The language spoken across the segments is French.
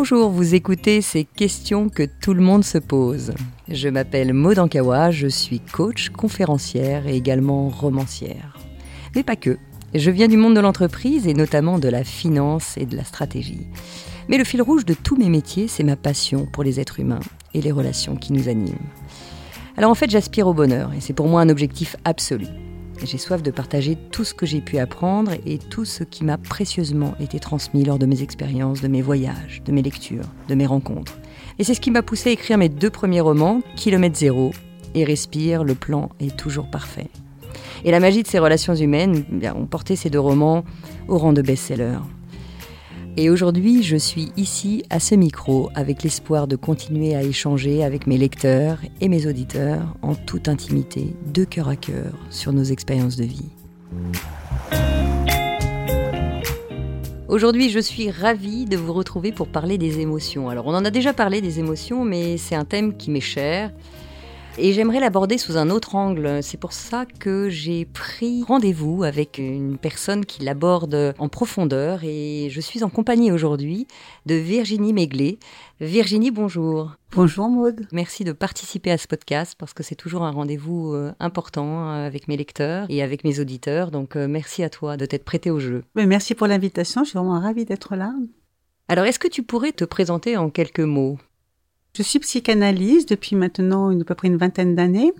Bonjour, vous écoutez ces questions que tout le monde se pose. Je m'appelle Maud Ankawa, je suis coach, conférencière et également romancière. Mais pas que. Je viens du monde de l'entreprise et notamment de la finance et de la stratégie. Mais le fil rouge de tous mes métiers, c'est ma passion pour les êtres humains et les relations qui nous animent. Alors en fait, j'aspire au bonheur et c'est pour moi un objectif absolu. J'ai soif de partager tout ce que j'ai pu apprendre et tout ce qui m'a précieusement été transmis lors de mes expériences, de mes voyages, de mes lectures, de mes rencontres. Et c'est ce qui m'a poussé à écrire mes 2 premiers romans, Kilomètre Zéro et Respire, le plan est toujours parfait. Et la magie de ces relations humaines ont porté ces 2 romans au rang de best-sellers. Et aujourd'hui, je suis ici, à ce micro, avec l'espoir de continuer à échanger avec mes lecteurs et mes auditeurs en toute intimité, de cœur à cœur, sur nos expériences de vie. Aujourd'hui, je suis ravie de vous retrouver pour parler des émotions. Alors, on en a déjà parlé des émotions, mais c'est un thème qui m'est cher. Et j'aimerais l'aborder sous un autre angle. C'est pour ça que j'ai pris rendez-vous avec une personne qui l'aborde en profondeur. Et je suis en compagnie aujourd'hui de Virginie Méglet. Virginie, bonjour. Bonjour Maud. Merci de participer à ce podcast parce que c'est toujours un rendez-vous important avec mes lecteurs et avec mes auditeurs. Donc merci à toi de t'être prêtée au jeu. Merci pour l'invitation, je suis vraiment ravie d'être là. Alors est-ce que tu pourrais te présenter en quelques mots ? Je suis psychanalyste depuis maintenant à peu près une vingtaine d'années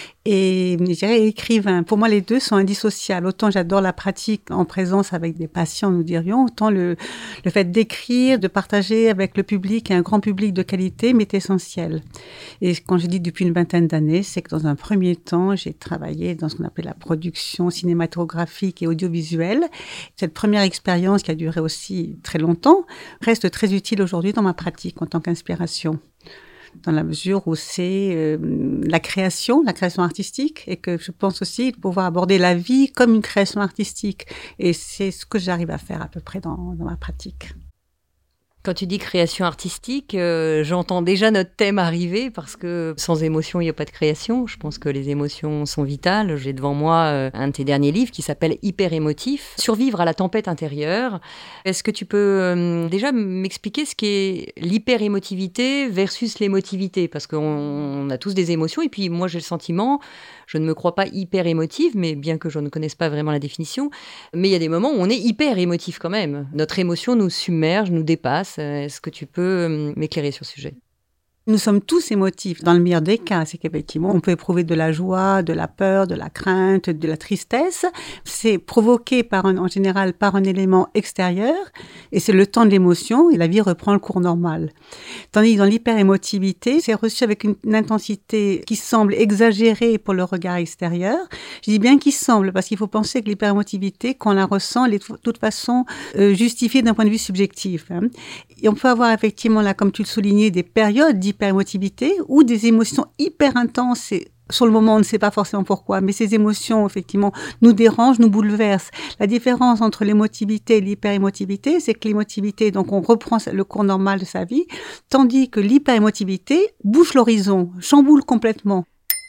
et je dirais écrivain. Pour moi, les deux sont indissociables. Autant j'adore la pratique en présence avec des patients, nous dirions, autant le fait d'écrire, de partager avec le public et un grand public de qualité m'est essentiel. Et quand je dis depuis une vingtaine d'années, c'est que dans un premier temps, j'ai travaillé dans ce qu'on appelle la production cinématographique et audiovisuelle. Cette première expérience qui a duré aussi très longtemps reste très utile aujourd'hui dans ma pratique en tant qu'inspiration, dans la mesure où c'est la création artistique, et que je pense aussi pouvoir aborder la vie comme une création artistique. Et c'est ce que j'arrive à faire à peu près dans ma pratique. Quand tu dis création artistique, j'entends déjà notre thème arriver parce que sans émotion, il n'y a pas de création. Je pense que les émotions sont vitales. J'ai devant moi un de tes derniers livres qui s'appelle Hyper émotif, Survivre à la tempête intérieure. Est-ce que tu peux déjà m'expliquer ce qu'est l'hyper-émotivité versus l'émotivité ? Parce qu'on a tous des émotions et puis moi j'ai le sentiment, je ne me crois pas hyper émotive, mais bien que je ne connaisse pas vraiment la définition, mais il y a des moments où on est hyper émotif quand même. Notre émotion nous submerge, nous dépasse. Est-ce que tu peux m'éclairer sur ce sujet ? Nous sommes tous émotifs. Dans le meilleur des cas, c'est qu'effectivement, on peut éprouver de la joie, de la peur, de la crainte, de la tristesse. C'est provoqué en général par un élément extérieur et c'est le temps de l'émotion et la vie reprend le cours normal. Tandis que dans l'hyperémotivité, c'est reçu avec une intensité qui semble exagérée pour le regard extérieur. Je dis bien qui semble parce qu'il faut penser que l'hyperémotivité, quand on la ressent, elle est de toute façon justifiée d'un point de vue subjectif. Et on peut avoir effectivement là, comme tu le soulignais, des périodes d'hyperémotivité ou des émotions hyper intenses et sur le moment, on ne sait pas forcément pourquoi, mais ces émotions, effectivement, nous dérangent, nous bouleversent. La différence entre l'émotivité et l'hyperémotivité, c'est que l'émotivité, donc on reprend le cours normal de sa vie, tandis que l'hyperémotivité bouche l'horizon, chamboule complètement.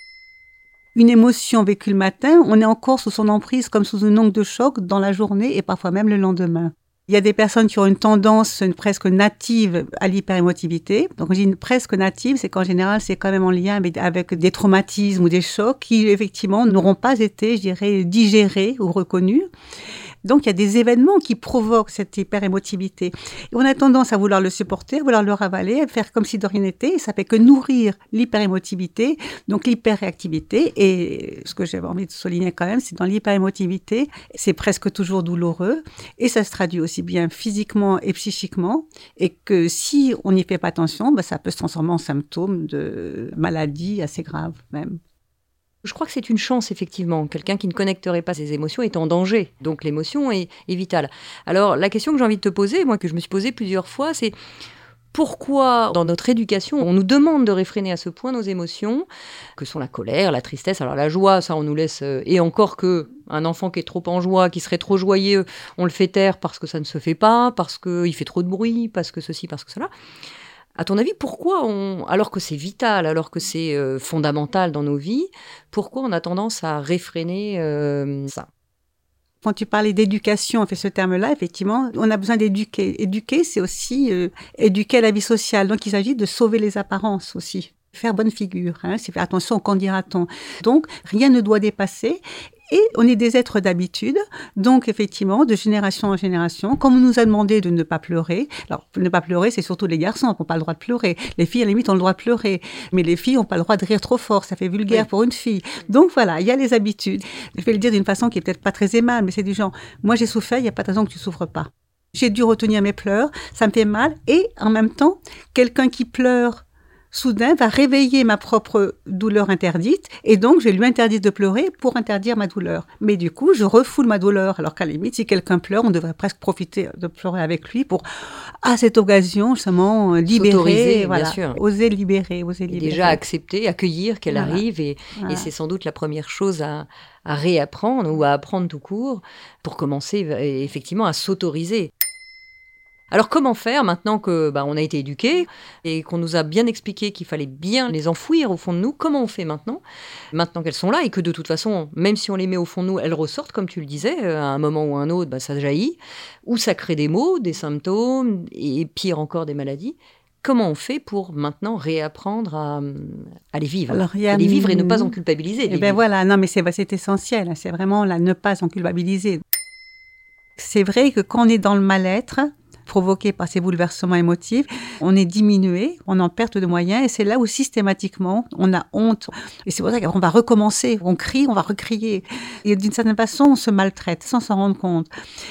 Une émotion vécue le matin, on est encore sous son emprise comme sous une onde de choc dans la journée et parfois même le lendemain. Il y a des personnes qui ont une tendance presque native à l'hyperémotivité. Donc, je dis presque native, c'est qu'en général, c'est quand même en lien avec des traumatismes ou des chocs qui, effectivement, n'auront pas été, je dirais, digérés ou reconnus. Donc, il y a des événements qui provoquent cette hyperémotivité. Et on a tendance à vouloir le supporter, à vouloir le ravaler, à faire comme si de rien n'était. Et ça fait que nourrir l'hyperémotivité, donc l'hyperréactivité. Et ce que j'avais envie de souligner quand même, c'est dans l'hyperémotivité, c'est presque toujours douloureux. Et ça se traduit aussi bien physiquement et psychiquement. Et que si on n'y fait pas attention, ça peut se transformer en symptôme de maladie assez grave même. Je crois que c'est une chance, effectivement. Quelqu'un qui ne connecterait pas ses émotions est en danger. Donc l'émotion est vitale. Alors la question que j'ai envie de te poser, moi que je me suis posée plusieurs fois, c'est pourquoi dans notre éducation, on nous demande de réfréner à ce point nos émotions, que sont la colère, la tristesse. Alors la joie, ça on nous laisse, et encore que un enfant qui est trop en joie, qui serait trop joyeux, on le fait taire parce que ça ne se fait pas, parce qu'il fait trop de bruit, parce que ceci, parce que cela. À ton avis, pourquoi alors que c'est vital, alors que c'est fondamental dans nos vies, pourquoi on a tendance à réfréner ça ? Quand tu parlais d'éducation, on fait ce terme-là, effectivement, on a besoin d'éduquer. Éduquer, c'est aussi éduquer à la vie sociale. Donc, il s'agit de sauver les apparences aussi. Faire bonne figure, c'est faire attention au qu'en dira-t-on. Donc, rien ne doit dépasser. Et on est des êtres d'habitude, donc effectivement, de génération en génération, comme on nous a demandé de ne pas pleurer. Alors, ne pas pleurer, c'est surtout les garçons qui n'ont pas le droit de pleurer. Les filles, à la limite, ont le droit de pleurer. Mais les filles n'ont pas le droit de rire trop fort, ça fait vulgaire pour une fille. Donc voilà, il y a les habitudes. Je vais le dire d'une façon qui est peut-être pas très aimable, mais c'est du genre, moi j'ai souffert, il n'y a pas de raison que tu souffres pas. J'ai dû retenir mes pleurs, ça me fait mal. Et en même temps, quelqu'un qui pleure, soudain, va réveiller ma propre douleur interdite, et donc je lui interdis de pleurer pour interdire ma douleur. Mais du coup, je refoule ma douleur, alors qu'à la limite, si quelqu'un pleure, on devrait presque profiter de pleurer avec lui pour, à cette occasion, justement, libérer, bien sûr. Oser libérer. Et déjà accepter, accueillir qu'elle arrive, et c'est sans doute la première chose à réapprendre ou à apprendre tout court pour commencer effectivement à s'autoriser. Alors comment faire maintenant que on a été éduqués et qu'on nous a bien expliqué qu'il fallait bien les enfouir au fond de nous? Comment on fait maintenant qu'elles sont là et que de toute façon, même si on les met au fond de nous, elles ressortent, comme tu le disais, à un moment ou à un autre, ça jaillit, ou ça crée des maux, des symptômes et pire encore des maladies. Comment on fait pour maintenant réapprendre à les vivre, à les vivre et ne pas en culpabiliser? Voilà, non mais c'est essentiel, c'est vraiment ne pas en culpabiliser. C'est vrai que quand on est dans le mal-être, provoqué par ces bouleversements émotifs, on est diminué, on est en perte de moyens, et c'est là où systématiquement on a honte. Et c'est pour ça qu'on va recommencer, on crie, on va recrier. Et d'une certaine façon, on se maltraite sans s'en rendre compte.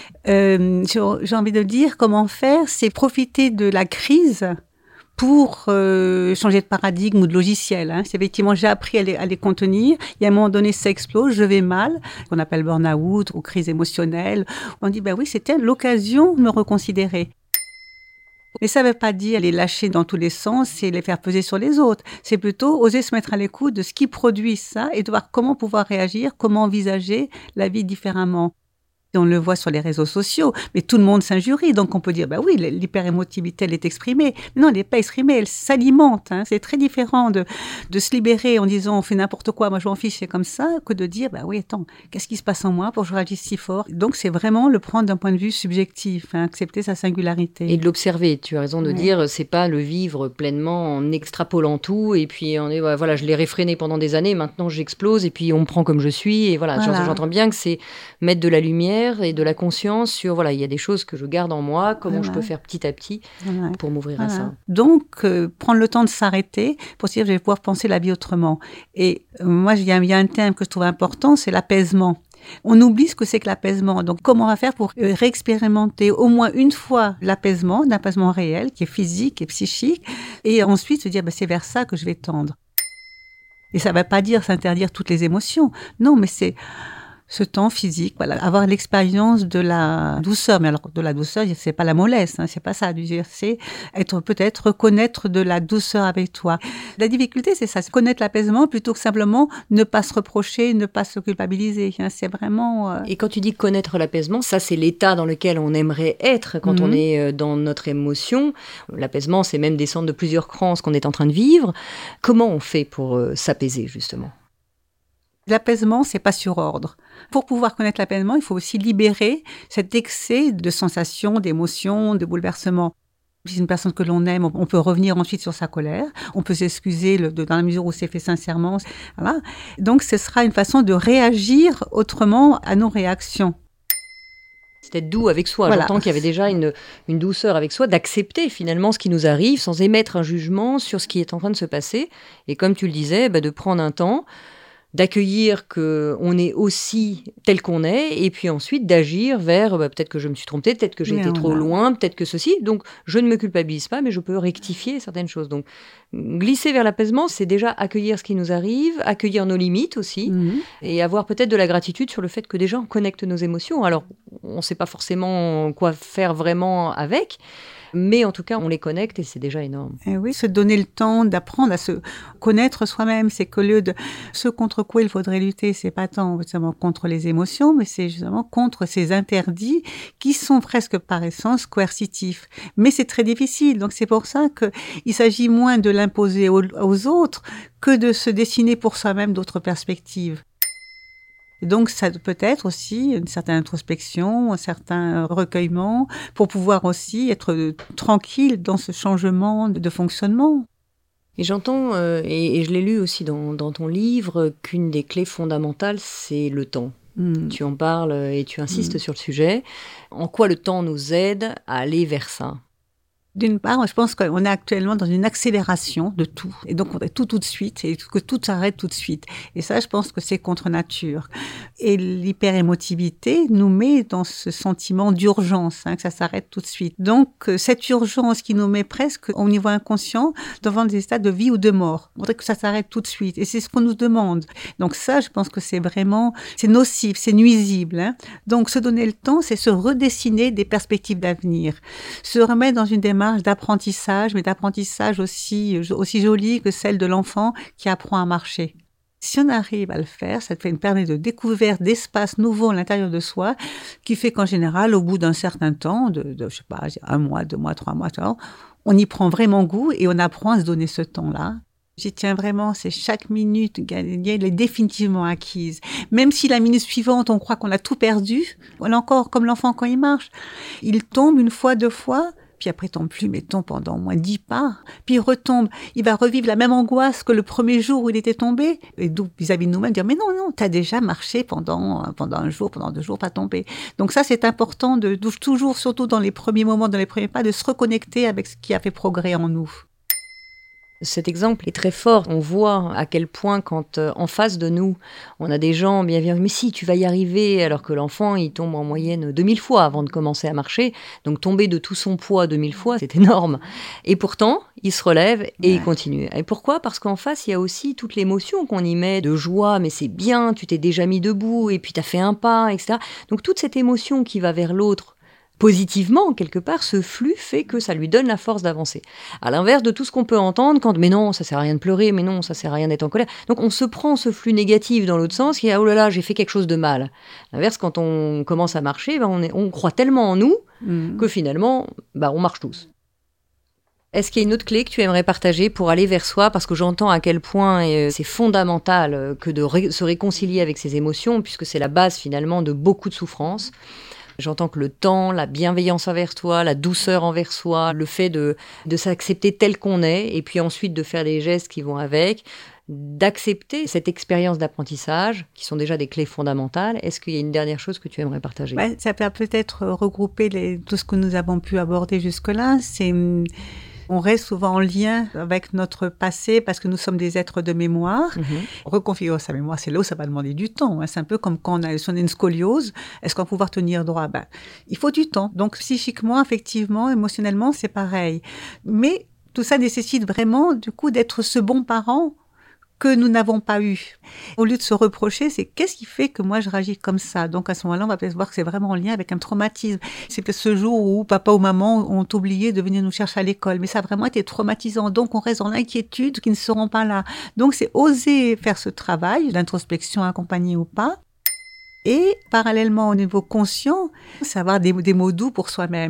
J'ai envie de dire comment faire, c'est profiter de la crise pour changer de paradigme ou de logiciel. C'est effectivement, j'ai appris à les contenir. Il y a un moment donné, ça explose, je vais mal, qu'on appelle burn-out ou crise émotionnelle. On dit, oui, c'était l'occasion de me reconsidérer. Mais ça ne veut pas dire les lâcher dans tous les sens et les faire peser sur les autres. C'est plutôt oser se mettre à l'écoute de ce qui produit ça et de voir comment pouvoir réagir, comment envisager la vie différemment. On le voit sur les réseaux sociaux, mais tout le monde s'injurie. Donc, on peut dire, oui, l'hyperémotivité, elle est exprimée. Mais non, elle n'est pas exprimée, elle s'alimente. C'est très différent de se libérer en disant, on fait n'importe quoi, moi je m'en fiche, c'est comme ça, que de dire, oui, attends, qu'est-ce qui se passe en moi pour que je réagisse si fort? Donc, c'est vraiment le prendre d'un point de vue subjectif, accepter sa singularité. Et de l'observer, tu as raison de dire, c'est pas le vivre pleinement en extrapolant tout, et puis on est, je l'ai réfréné pendant des années, maintenant j'explose, et puis on me prend comme je suis, et voilà. J'entends bien que c'est mettre de la lumière et de la conscience sur, il y a des choses que je garde en moi, comment je peux faire petit à petit pour m'ouvrir à ça. Donc, prendre le temps de s'arrêter pour se dire, je vais pouvoir penser la vie autrement. Et moi, il y a un terme que je trouve important, c'est l'apaisement. On oublie ce que c'est que l'apaisement. Donc, comment on va faire pour réexpérimenter au moins une fois l'apaisement, un apaisement réel, qui est physique et psychique, et ensuite se dire, c'est vers ça que je vais tendre. Et ça ne veut pas dire s'interdire toutes les émotions. Non, mais c'est ce temps physique, avoir l'expérience de la douceur. Mais alors, de la douceur, c'est pas la mollesse, c'est pas ça. C'est peut-être reconnaître de la douceur avec toi. La difficulté, c'est ça, c'est connaître l'apaisement plutôt que simplement ne pas se reprocher, ne pas se culpabiliser. C'est vraiment... Et quand tu dis connaître l'apaisement, ça, c'est l'état dans lequel on aimerait être quand on est dans notre émotion. L'apaisement, c'est même descendre de plusieurs crans ce qu'on est en train de vivre. Comment on fait pour s'apaiser, justement ? L'apaisement, c'est pas sur ordre. Pour pouvoir connaître l'apaisement, il faut aussi libérer cet excès de sensations, d'émotions, de bouleversements. Si c'est une personne que l'on aime, on peut revenir ensuite sur sa colère, on peut s'excuser dans la mesure où c'est fait sincèrement. Voilà. Donc, ce sera une façon de réagir autrement à nos réactions. C'est être doux avec soi. J'entends qu'il y avait déjà une douceur avec soi, d'accepter finalement ce qui nous arrive sans émettre un jugement sur ce qui est en train de se passer. Et comme tu le disais, de prendre un temps, d'accueillir qu'on est aussi tel qu'on est, et puis ensuite d'agir vers peut-être que je me suis trompée, peut-être que j'ai été trop loin, peut-être que ceci. Donc, je ne me culpabilise pas, mais je peux rectifier certaines choses. Donc, glisser vers l'apaisement, c'est déjà accueillir ce qui nous arrive, accueillir nos limites aussi, et avoir peut-être de la gratitude sur le fait que déjà on connecte nos émotions. Alors, on ne sait pas forcément quoi faire vraiment avec, mais en tout cas, on les connecte et c'est déjà énorme. Et oui, se donner le temps d'apprendre à se connaître soi-même. C'est qu'au lieu de ce contre quoi il faudrait lutter, c'est pas tant justement contre les émotions, mais c'est justement contre ces interdits qui sont presque par essence coercitifs. Mais c'est très difficile. Donc c'est pour ça qu'il s'agit moins de l'imposer aux autres que de se dessiner pour soi-même d'autres perspectives. Et donc, ça peut être aussi une certaine introspection, un certain recueillement, pour pouvoir aussi être tranquille dans ce changement de fonctionnement. Et j'entends, et je l'ai lu aussi dans ton livre, qu'une des clés fondamentales, c'est le temps. Tu en parles et tu insistes sur le sujet. En quoi le temps nous aide à aller vers ça ? D'une part, je pense qu'on est actuellement dans une accélération de tout. Et donc, on fait tout de suite et que tout s'arrête tout de suite. Et ça, je pense que c'est contre nature. Et l'hyperémotivité nous met dans ce sentiment d'urgence, que ça s'arrête tout de suite. Donc, cette urgence qui nous met presque au niveau inconscient devant des états de vie ou de mort. On voudrait que ça s'arrête tout de suite. Et c'est ce qu'on nous demande. Donc ça, je pense que c'est nocif, c'est nuisible. Donc, se donner le temps, c'est se redessiner des perspectives d'avenir. Se remettre dans une démarche d'apprentissage, mais d'apprentissage aussi jolie que celle de l'enfant qui apprend à marcher. Si on arrive à le faire, ça fait une permet de découverte d'espaces nouveaux à l'intérieur de soi, qui fait qu'en général, au bout d'un certain temps, je sais pas, 1 mois, 2 mois, 3 mois, on y prend vraiment goût et on apprend à se donner ce temps-là. J'y tiens vraiment, c'est chaque minute gagnée, elle est définitivement acquise. Même si la minute suivante, on croit qu'on a tout perdu, on est encore comme l'enfant quand il marche. Il tombe 1 fois, 2 fois, puis après, il tombe plus, mais tombe pendant au moins 10 pas. Puis il retombe. Il va revivre la même angoisse que le premier jour où il était tombé. Et donc, vis-à-vis de nous-mêmes, dire, mais non, t'as déjà marché pendant 1 jour, pendant 2 jours, pas tombé. Donc ça, c'est important de toujours, surtout dans les premiers moments, dans les premiers pas, de se reconnecter avec ce qui a fait progrès en nous. Cet exemple est très fort. On voit à quel point quand en face de nous, on a des gens bienveillants, mais si, tu vas y arriver, alors que l'enfant, il tombe en moyenne 2000 fois avant de commencer à marcher. Donc tomber de tout son poids 2000 fois, c'est énorme. Et pourtant, il se relève et il continue. Et pourquoi ? Parce qu'en face, il y a aussi toute l'émotion qu'on y met de joie, mais c'est bien, tu t'es déjà mis debout et puis tu as fait un pas, etc. Donc toute cette émotion qui va vers l'autre, positivement, quelque part, ce flux fait que ça lui donne la force d'avancer. À l'inverse de tout ce qu'on peut entendre quand « mais non, ça sert à rien de pleurer, mais non, ça sert à rien d'être en colère ». Donc on se prend ce flux négatif dans l'autre sens, qui est « oh là là, j'ai fait quelque chose de mal ». À l'inverse, quand on commence à marcher, on croit tellement en nous que finalement, on marche tous. Est-ce qu'il y a une autre clé que tu aimerais partager pour aller vers soi ? Parce que j'entends à quel point c'est fondamental que de se réconcilier avec ses émotions, puisque c'est la base finalement de beaucoup de souffrances. J'entends que le temps, la bienveillance envers toi, la douceur envers soi, le fait de s'accepter tel qu'on est, et puis ensuite de faire des gestes qui vont avec, d'accepter cette expérience d'apprentissage, qui sont déjà des clés fondamentales. Est-ce qu'il y a une dernière chose que tu aimerais partager ? Ça peut peut-être regrouper tout ce que nous avons pu aborder jusque-là. On reste souvent en lien avec notre passé parce que nous sommes des êtres de mémoire. Reconfigurer sa mémoire, c'est là où ça va demander du temps. C'est un peu comme quand si on a une scoliose. Est-ce qu'on va pouvoir tenir droit ? Il faut du temps. Donc, psychiquement, affectivement, émotionnellement, c'est pareil. Mais tout ça nécessite vraiment, du coup, d'être ce bon parent que nous n'avons pas eu. Au lieu de se reprocher, c'est qu'est-ce qui fait que moi je réagis comme ça ? Donc à ce moment-là, on va peut-être voir que c'est vraiment en lien avec un traumatisme. C'est peut-être ce jour où papa ou maman ont oublié de venir nous chercher à l'école, mais ça a vraiment été traumatisant. Donc on reste dans l'inquiétude qu'ils ne seront pas là. Donc c'est oser faire ce travail d'introspection accompagnée ou pas. Et parallèlement au niveau conscient, c'est avoir des mots doux pour soi-même.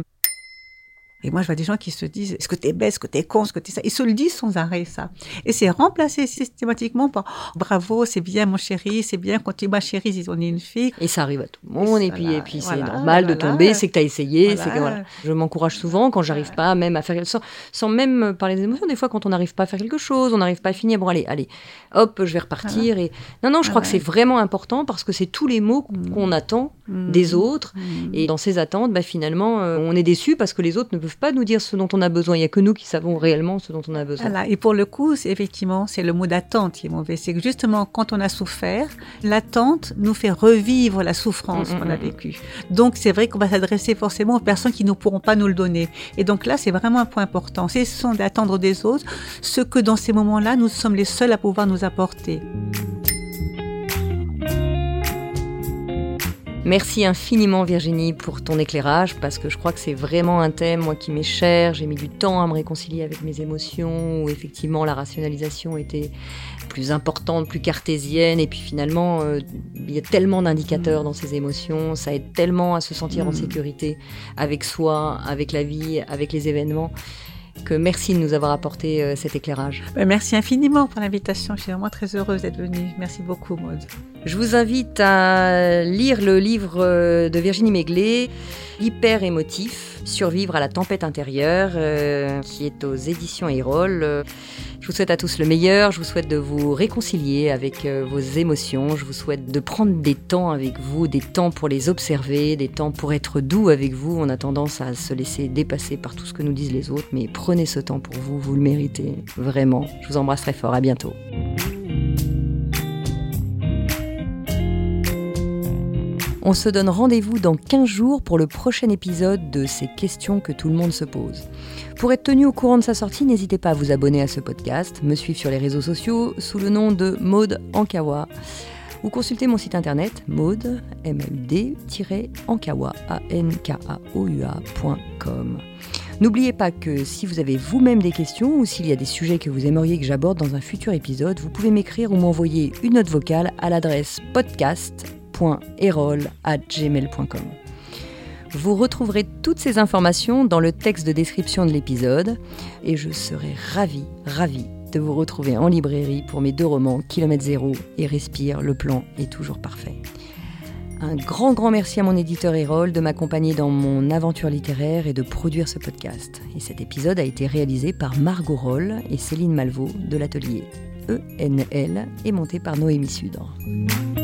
Et moi, je vois des gens qui se disent « est-ce que t'es bête, est-ce que t'es con, est-ce que t'es ça ?» Ils se le disent sans arrêt, ça. Et c'est remplacé systématiquement par « bravo, c'est bien mon chéri, c'est bien quand tu es ma chérie, si on est une fille. » Et ça arrive à tout le monde, et puis c'est normal de tomber, c'est que t'as essayé, c'est que voilà. Je m'encourage souvent quand j'arrive pas même à faire, sans même parler des émotions, des fois quand on n'arrive pas à faire quelque chose, on n'arrive pas à finir, bon allez, hop, je vais repartir. Et... Non, je crois que c'est vraiment important parce que c'est tous les mots qu'on attend des autres. Et dans ces attentes, finalement, on est déçus parce que les autres ne peuvent pas nous dire ce dont on a besoin. Il n'y a que nous qui savons réellement ce dont on a besoin. Voilà. Et pour le coup, effectivement, c'est le mot d'attente qui est mauvais. C'est que justement, quand on a souffert, l'attente nous fait revivre la souffrance qu'on a vécue. Donc, c'est vrai qu'on va s'adresser forcément aux personnes qui ne pourront pas nous le donner. Et donc là, c'est vraiment un point important. C'est d'attendre des autres ce que dans ces moments-là, nous sommes les seuls à pouvoir nous apporter. Merci infiniment Virginie pour ton éclairage, parce que je crois que c'est vraiment un thème, moi, qui m'est cher. J'ai mis du temps à me réconcilier avec mes émotions, où effectivement la rationalisation était plus importante, plus cartésienne, et puis finalement, il y a tellement d'indicateurs dans ces émotions, ça aide tellement à se sentir en sécurité avec soi, avec la vie, avec les événements, que merci de nous avoir apporté cet éclairage. Merci infiniment pour l'invitation, je suis vraiment très heureuse d'être venue. Merci beaucoup Maud. Je vous invite à lire le livre de Virginie Méglet, Hyper émotif, Survivre à la tempête intérieure, qui est aux éditions Erol. Je vous souhaite à tous le meilleur, je vous souhaite de vous réconcilier avec vos émotions, je vous souhaite de prendre des temps avec vous, des temps pour les observer, des temps pour être doux avec vous. On a tendance à se laisser dépasser par tout ce que nous disent les autres, mais prenez ce temps pour vous, vous le méritez, vraiment. Je vous embrasse très fort, à bientôt. On se donne rendez-vous dans 15 jours pour le prochain épisode de ces questions que tout le monde se pose. Pour être tenu au courant de sa sortie, n'hésitez pas à vous abonner à ce podcast, me suivre sur les réseaux sociaux sous le nom de Maud Ankawa ou consulter mon site internet maud, mld-ankawa, ankaoua.com. N'oubliez pas que si vous avez vous-même des questions ou s'il y a des sujets que vous aimeriez que j'aborde dans un futur épisode, vous pouvez m'écrire ou m'envoyer une note vocale à l'adresse podcast.erol@gmail.com. Vous retrouverez toutes ces informations dans le texte de description de l'épisode et je serai ravie de vous retrouver en librairie pour mes 2 romans, Kilomètre Zéro et Respire, le plan est toujours parfait. Un grand merci à mon éditeur Erol de m'accompagner dans mon aventure littéraire et de produire ce podcast. Et cet épisode a été réalisé par Margot Roll et Céline Malvaux de l'atelier ENL et monté par Noémie Sudre.